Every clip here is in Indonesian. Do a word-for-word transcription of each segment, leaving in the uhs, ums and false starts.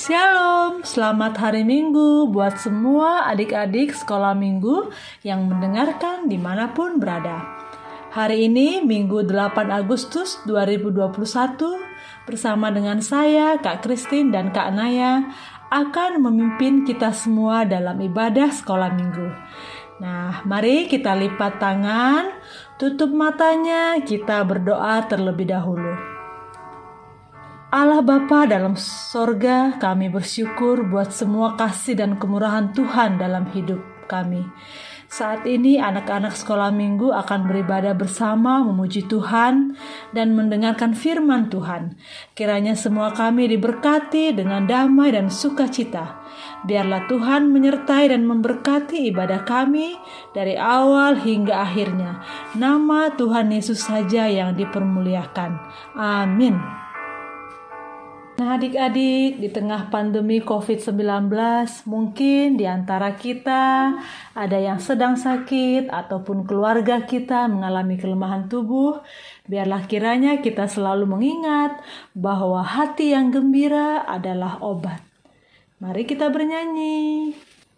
Shalom, selamat hari Minggu buat semua adik-adik sekolah minggu yang mendengarkan dimanapun berada. Hari ini Minggu delapan Agustus dua ribu dua puluh satu bersama dengan saya Kak Christine dan Kak Naya akan memimpin kita semua dalam ibadah sekolah minggu. Nah, mari kita lipat tangan, tutup matanya, kita berdoa terlebih dahulu. Allah Bapa dalam sorga, kami bersyukur buat semua kasih dan kemurahan Tuhan dalam hidup kami. Saat ini anak-anak sekolah minggu akan beribadah bersama memuji Tuhan dan mendengarkan firman Tuhan. Kiranya semua kami diberkati dengan damai dan sukacita. Biarlah Tuhan menyertai dan memberkati ibadah kami dari awal hingga akhirnya. Nama Tuhan Yesus saja yang dipermuliakan. Amin. Nah adik-adik, di tengah pandemi covid sembilan belas, mungkin di antara kita ada yang sedang sakit ataupun keluarga kita mengalami kelemahan tubuh. Biarlah kiranya kita selalu mengingat bahwa hati yang gembira adalah obat. Mari kita bernyanyi.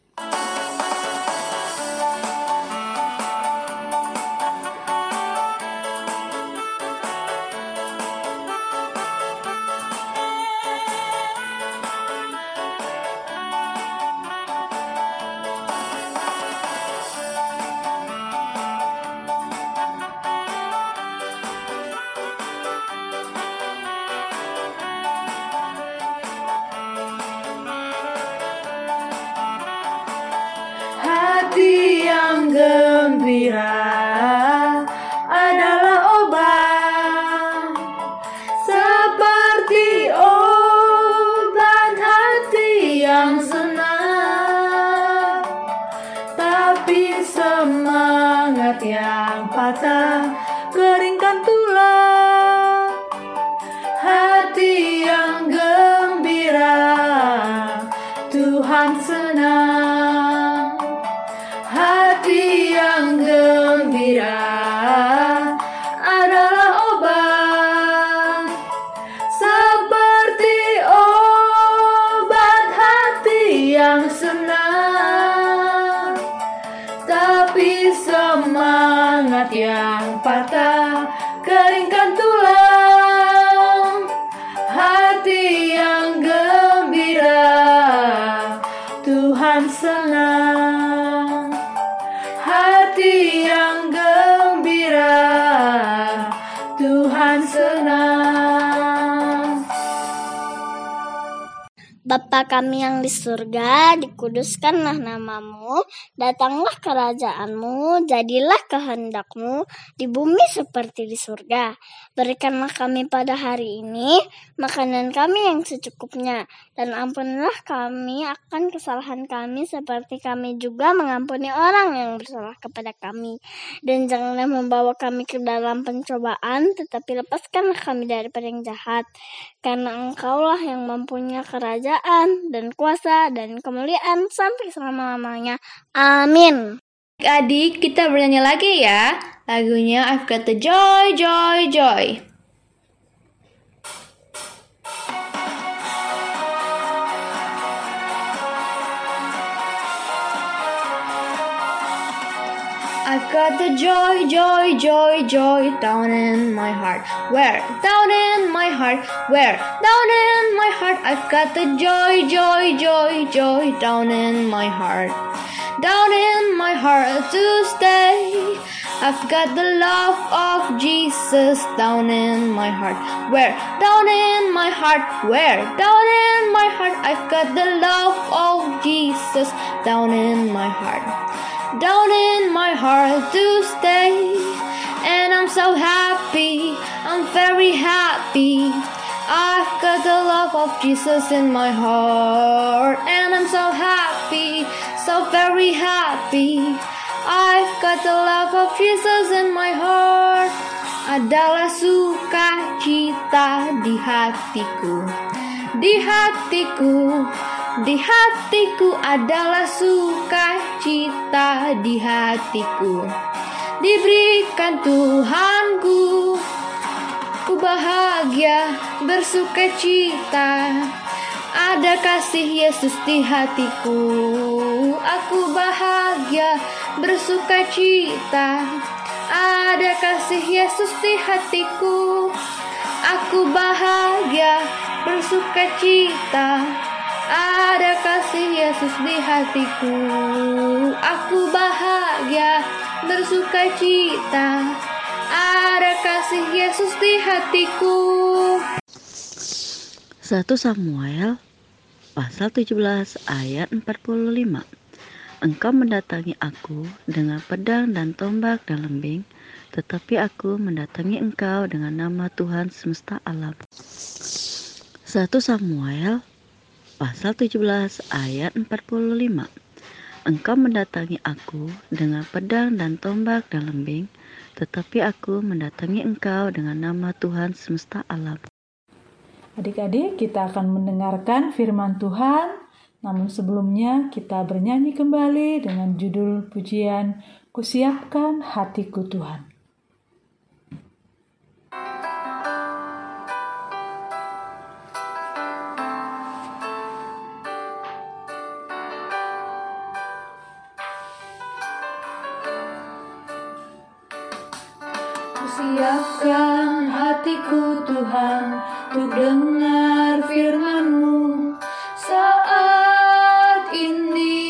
Hati yang gembira adalah obat, seperti obat hati yang senang. Tapi semangat yang patah keringkan tulang. Hati yang gembira Tuhan senang. Hati yang gembira adalah obat, seperti obat hati yang senang. Tapi semangat yang patah keringkan tulang. Hati yang gembira Tuhan senang. Hati yang gembira Tuhan senang. Bapa kami yang di surga, dikuduskanlah namamu, datanglah kerajaanmu, jadilah kehendakmu di bumi seperti di surga. Berikanlah kami pada hari ini makanan kami yang secukupnya, dan ampunilah kami akan kesalahan kami seperti kami juga mengampuni orang yang bersalah kepada kami. Dan janganlah membawa kami ke dalam pencobaan, tetapi lepaskanlah kami daripada yang jahat, karena Engkaulah yang mempunyai kerajaan dan kuasa dan kemuliaan sampai selama-lamanya. Amin. Adik, kita bernyanyi lagi ya. Lagunya I've Got the Joy, Joy, Joy. I've got the joy, joy, joy, joy down in my heart. Where? Down in my heart. Where? Down in my heart. I've got the joy, joy, joy, joy down in my heart. Down in my heart to stay. I've got the love of Jesus down in my heart. Where? Down in my heart. Where? Down in my heart. I've got the love of Jesus down in my heart. Down in my heart to stay. And I'm so happy, I'm very happy. I've got the love of Jesus in my heart. And I'm so happy, so very happy. I've got the love of Jesus in my heart. Adalah sukacita di hatiku. Di hatiku, di hatiku adalah sukacita di hatiku. Diberikan Tuhanku, ku bahagia bersukacita. Ada Ada kasih Yesus di hatiku, aku bahagia bersuka cita. Ada kasih Yesus di hatiku, aku bahagia bersuka cita. Ada kasih Yesus di hatiku, aku bahagia bersuka cita. Ada kasih Yesus di hatiku. satu Samuel pasal tujuh belas ayat empat puluh lima. Engkau mendatangi aku dengan pedang dan tombak dan lembing, tetapi aku mendatangi engkau dengan nama Tuhan semesta alam. satu Samuel pasal tujuh belas ayat empat puluh lima. Engkau mendatangi aku dengan pedang dan tombak dan lembing, tetapi aku mendatangi engkau dengan nama Tuhan semesta alam. Adik-adik, kita akan mendengarkan firman Tuhan, namun sebelumnya kita bernyanyi kembali dengan judul pujian Kusiapkan Hatiku Tuhan. Kusiapkan hatiku Tuhan untuk dengar firman-Mu saat ini.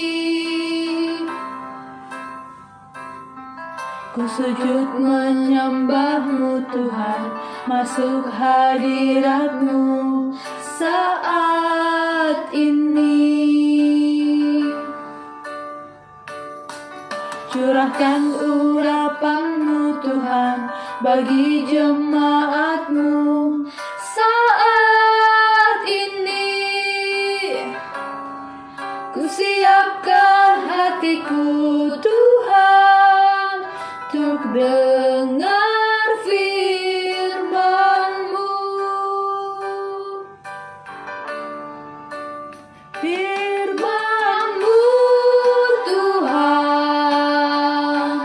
Ku sujud menyembah-Mu Tuhan, masuk hadirat-Mu saat ini. Curahkan urapan-Mu Tuhan bagi jemaat-Mu saat ini. Kusiapkan hatiku Tuhan untuk dengar firman-Mu. Firman-Mu Tuhan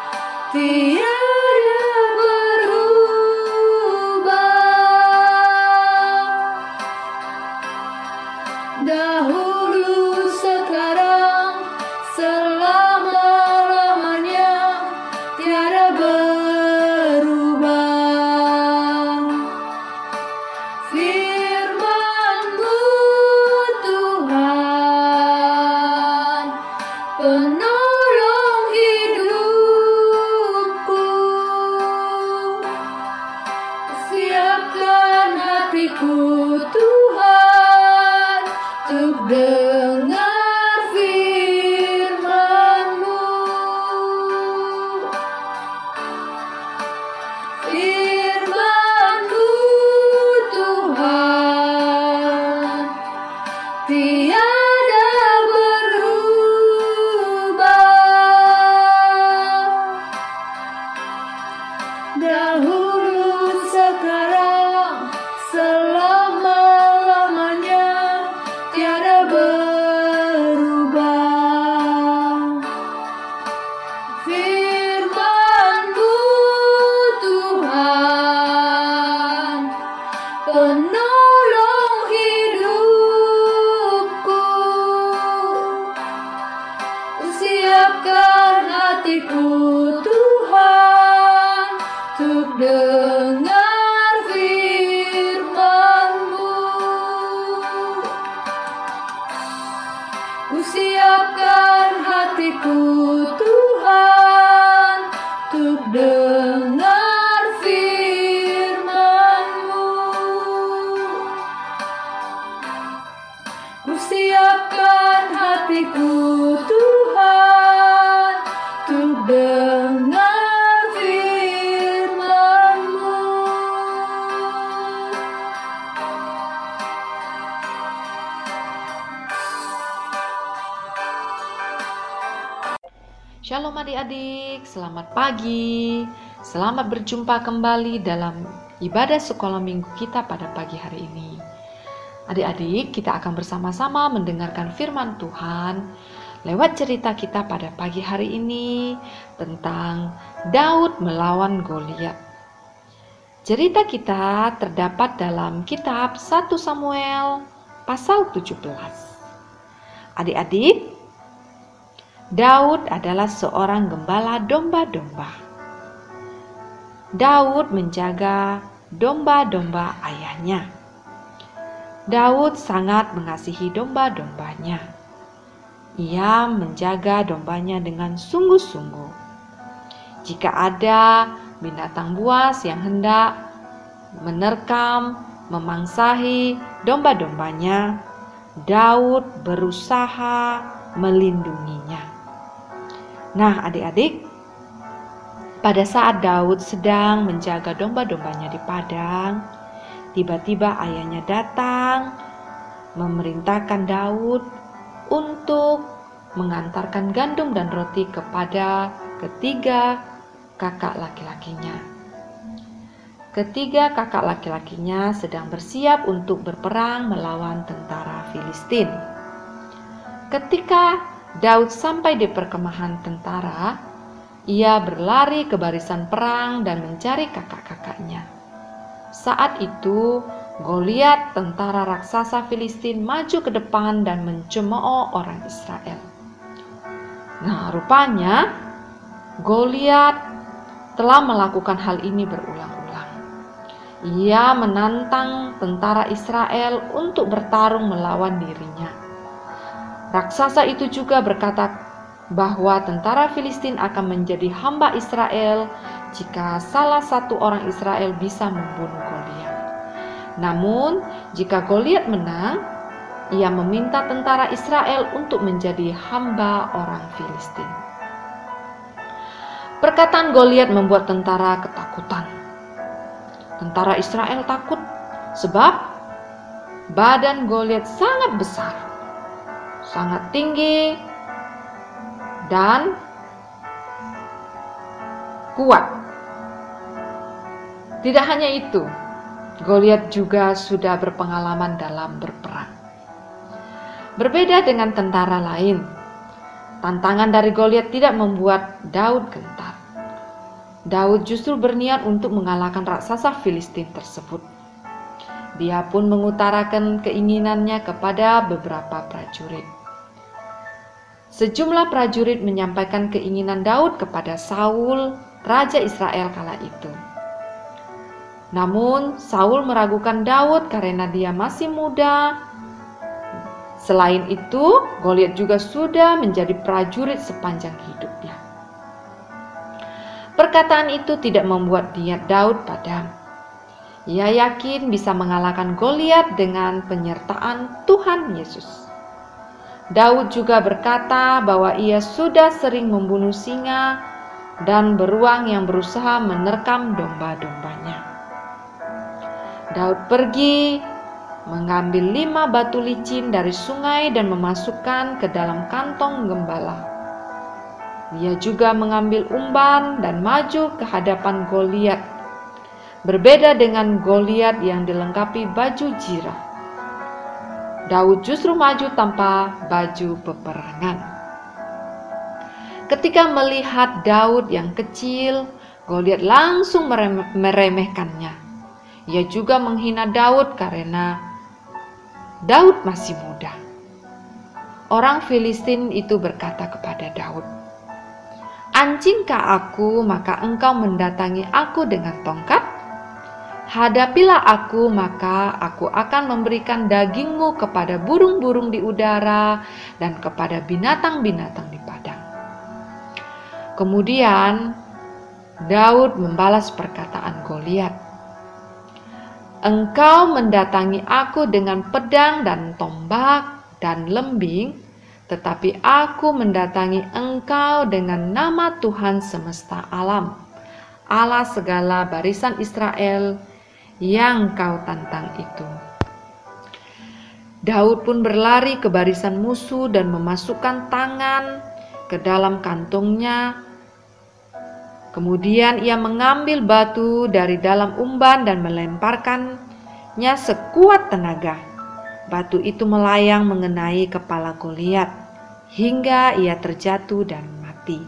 tiada dahulu, sekarang, selama-lamanya, tiada berubah. Firman-Mu Tuhan, penolong hidupku. Siapkan hatiku Tuhan untuk dengar firman-Mu. Firman-Mu Tuhan tiada berubah. Dahulu, sekarang, selama-lamanya, tiada berubah. Firman-Mu Tuhan, penolong hidupku. Siapkan hatiku Tuhan untuk dengar firman-Mu. Kusiapkan hatiku Tuhan untuk dengar firman-Mu. Kusiapkan hatiku Tuhan untuk dengar firman-Mu. Shalom adik-adik, selamat pagi. Selamat berjumpa kembali dalam ibadah sekolah minggu kita pada pagi hari ini. Adik-adik, kita akan bersama-sama mendengarkan firman Tuhan lewat cerita kita pada pagi hari ini tentang Daud melawan Goliat. Cerita kita terdapat dalam kitab satu Samuel pasal tujuh belas. Adik-adik, Daud adalah seorang gembala domba-domba. Daud menjaga domba-domba ayahnya. Daud sangat mengasihi domba-dombanya. Ia menjaga dombanya dengan sungguh-sungguh. Jika ada binatang buas yang hendak menerkam, memangsahi domba-dombanya, Daud berusaha melindunginya. Nah, adik-adik, pada saat Daud sedang menjaga domba-dombanya di padang, tiba-tiba ayahnya datang memerintahkan Daud untuk mengantarkan gandum dan roti kepada ketiga kakak laki-lakinya. Ketiga kakak laki-lakinya sedang bersiap untuk berperang melawan tentara Filistin. Ketika Daud sampai di perkemahan tentara, ia berlari ke barisan perang dan mencari kakak-kakaknya. Saat itu, Goliat, tentara raksasa Filistin, maju ke depan dan mencemooh orang Israel. Nah, rupanya Goliat telah melakukan hal ini berulang-ulang. Ia menantang tentara Israel untuk bertarung melawan dirinya. Raksasa itu juga berkata bahwa tentara Filistin akan menjadi hamba Israel jika salah satu orang Israel bisa membunuh Goliat. Namun, jika Goliat menang, ia meminta tentara Israel untuk menjadi hamba orang Filistin. Perkataan Goliat membuat tentara ketakutan. Tentara Israel takut sebab badan Goliat sangat besar, sangat tinggi, dan kuat. Tidak hanya itu, Goliat juga sudah berpengalaman dalam berperang. Berbeda dengan tentara lain, tantangan dari Goliat tidak membuat Daud gentar. Daud justru berniat untuk mengalahkan raksasa Filistin tersebut. Dia pun mengutarakan keinginannya kepada beberapa prajurit. Sejumlah prajurit menyampaikan keinginan Daud kepada Saul, raja Israel kala itu. Namun, Saul meragukan Daud karena dia masih muda. Selain itu, Goliat juga sudah menjadi prajurit sepanjang hidupnya. Perkataan itu tidak membuat niat Daud padam. Ia yakin bisa mengalahkan Goliat dengan penyertaan Tuhan Yesus. Daud juga berkata bahwa ia sudah sering membunuh singa dan beruang yang berusaha menerkam domba-dombanya. Daud pergi mengambil lima batu licin dari sungai dan memasukkan ke dalam kantong gembala. Dia juga mengambil umban dan maju ke hadapan Goliat. Berbeda dengan Goliat yang dilengkapi baju jirah, Daud justru maju tanpa baju peperangan. Ketika melihat Daud yang kecil, Goliat langsung meremehkannya. Ia juga menghina Daud karena Daud masih muda. Orang Filistin itu berkata kepada Daud, "Anjingkah aku, maka engkau mendatangi aku dengan tongkat? Hadapilah aku, maka aku akan memberikan dagingmu kepada burung-burung di udara dan kepada binatang-binatang di padang." Kemudian Daud membalas perkataan Goliat, "Engkau mendatangi aku dengan pedang dan tombak dan lembing, tetapi aku mendatangi engkau dengan nama Tuhan semesta alam, Allah segala barisan Israel yang kau tantang itu." Daud pun berlari ke barisan musuh dan memasukkan tangan ke dalam kantongnya. Kemudian ia mengambil batu dari dalam umban dan melemparkannya sekuat tenaga. Batu itu melayang mengenai kepala Goliat hingga ia terjatuh dan mati.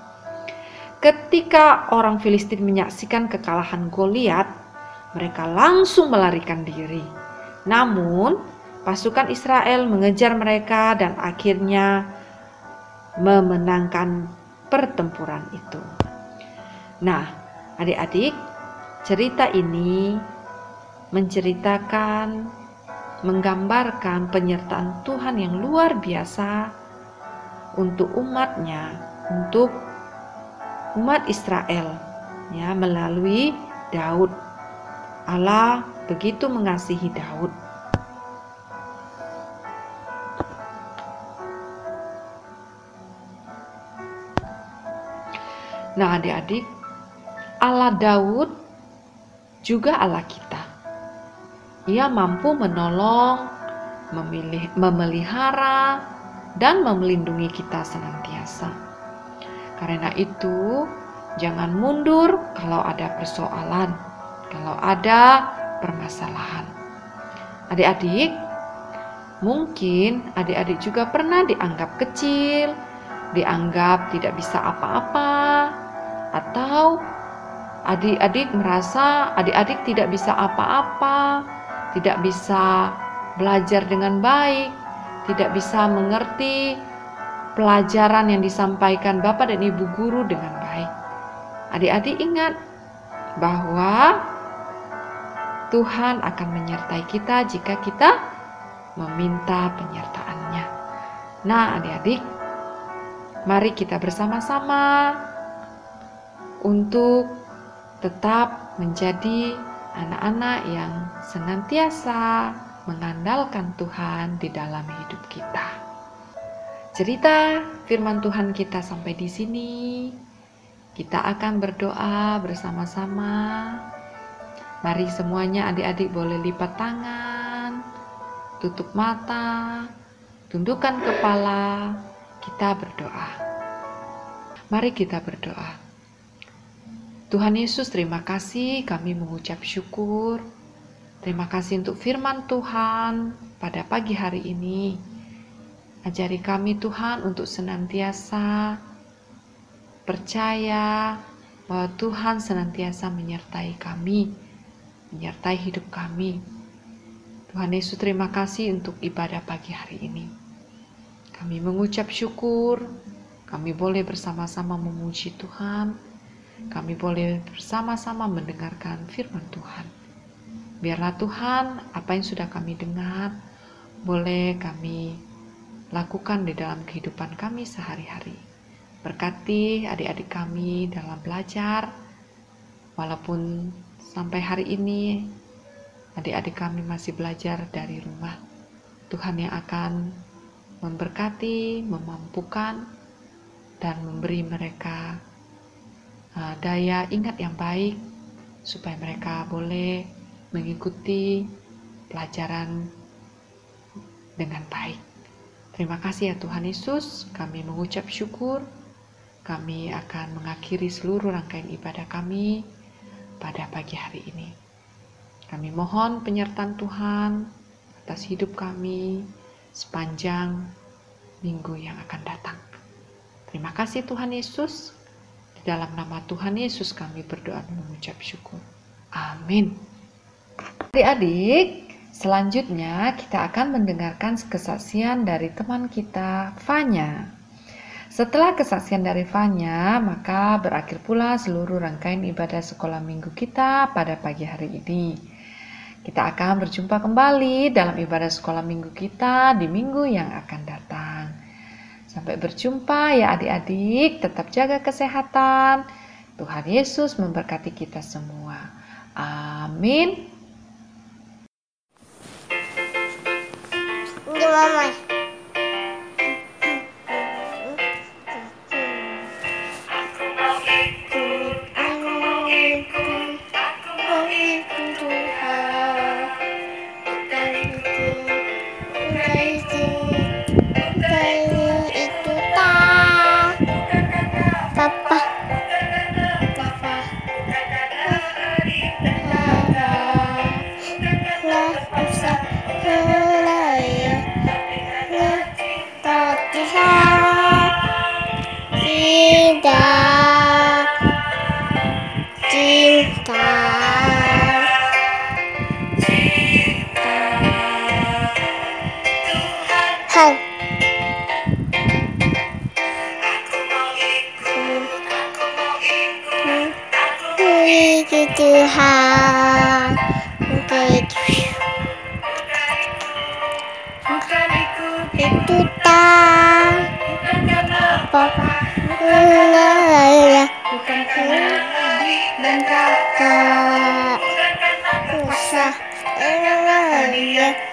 Ketika orang Filistin menyaksikan kekalahan Goliat, mereka langsung melarikan diri. Namun, pasukan Israel mengejar mereka dan akhirnya memenangkan pertempuran itu. Nah, adik-adik, cerita ini menceritakan, menggambarkan penyertaan Tuhan yang luar biasa untuk umatnya, untuk umat Israel, ya, melalui Daud. Allah begitu mengasihi Daud. Nah, adik-adik, Allah Daud juga Allah kita. Ia mampu menolong, memilih, memelihara, dan melindungi kita senantiasa. Karena itu, jangan mundur kalau ada persoalan, kalau ada permasalahan. Adik-adik, mungkin adik-adik juga pernah dianggap kecil, dianggap tidak bisa apa-apa, atau adik-adik merasa adik-adik tidak bisa apa-apa, tidak bisa belajar dengan baik, tidak bisa mengerti pelajaran yang disampaikan Bapak dan Ibu guru dengan baik. Adik-adik ingat bahwa Tuhan akan menyertai kita jika kita meminta penyertaan-Nya. Nah, adik-adik, mari kita bersama-sama untuk tetap menjadi anak-anak yang senantiasa mengandalkan Tuhan di dalam hidup kita. Cerita firman Tuhan kita sampai di sini. Kita akan berdoa bersama-sama. Mari semuanya adik-adik boleh lipat tangan, tutup mata, tundukkan kepala, kita berdoa. Mari kita berdoa. Tuhan Yesus, terima kasih, kami mengucap syukur. Terima kasih untuk firman Tuhan pada pagi hari ini. Ajari kami Tuhan untuk senantiasa percaya bahwa Tuhan senantiasa menyertai kami, menyertai hidup kami. Tuhan Yesus, terima kasih untuk ibadah pagi hari ini. Kami mengucap syukur, kami boleh bersama-sama memuji Tuhan. Kami boleh bersama-sama mendengarkan firman Tuhan. Biarlah Tuhan, apa yang sudah kami dengar, boleh kami lakukan di dalam kehidupan kami sehari-hari. Berkati adik-adik kami dalam belajar, walaupun sampai hari ini adik-adik kami masih belajar dari rumah. Tuhan yang akan memberkati, memampukan, dan memberi mereka daya ingat yang baik supaya mereka boleh mengikuti pelajaran dengan baik. Terima kasih ya Tuhan Yesus, kami mengucap syukur. Kami akan mengakhiri seluruh rangkaian ibadah kami pada pagi hari ini. Kami mohon penyertaan Tuhan atas hidup kami sepanjang minggu yang akan datang. Terima kasih Tuhan Yesus. Di dalam nama Tuhan Yesus kami berdoa dan mengucap syukur. Amin. Adik-adik, selanjutnya kita akan mendengarkan kesaksian dari teman kita, Fanya. Setelah kesaksian dari Fanya, maka berakhir pula seluruh rangkaian ibadah sekolah minggu kita pada pagi hari ini. Kita akan berjumpa kembali dalam ibadah sekolah minggu kita di minggu yang akan datang. Sampai berjumpa ya adik-adik, tetap jaga kesehatan. Tuhan Yesus memberkati kita semua. Amin. Mama. Tuhan. Ikut Tuhan. Bukan ikut Itu tak. bukan karena Papa. bukan karena adik dan kakak, Kak. bukan karena Usah. hadiah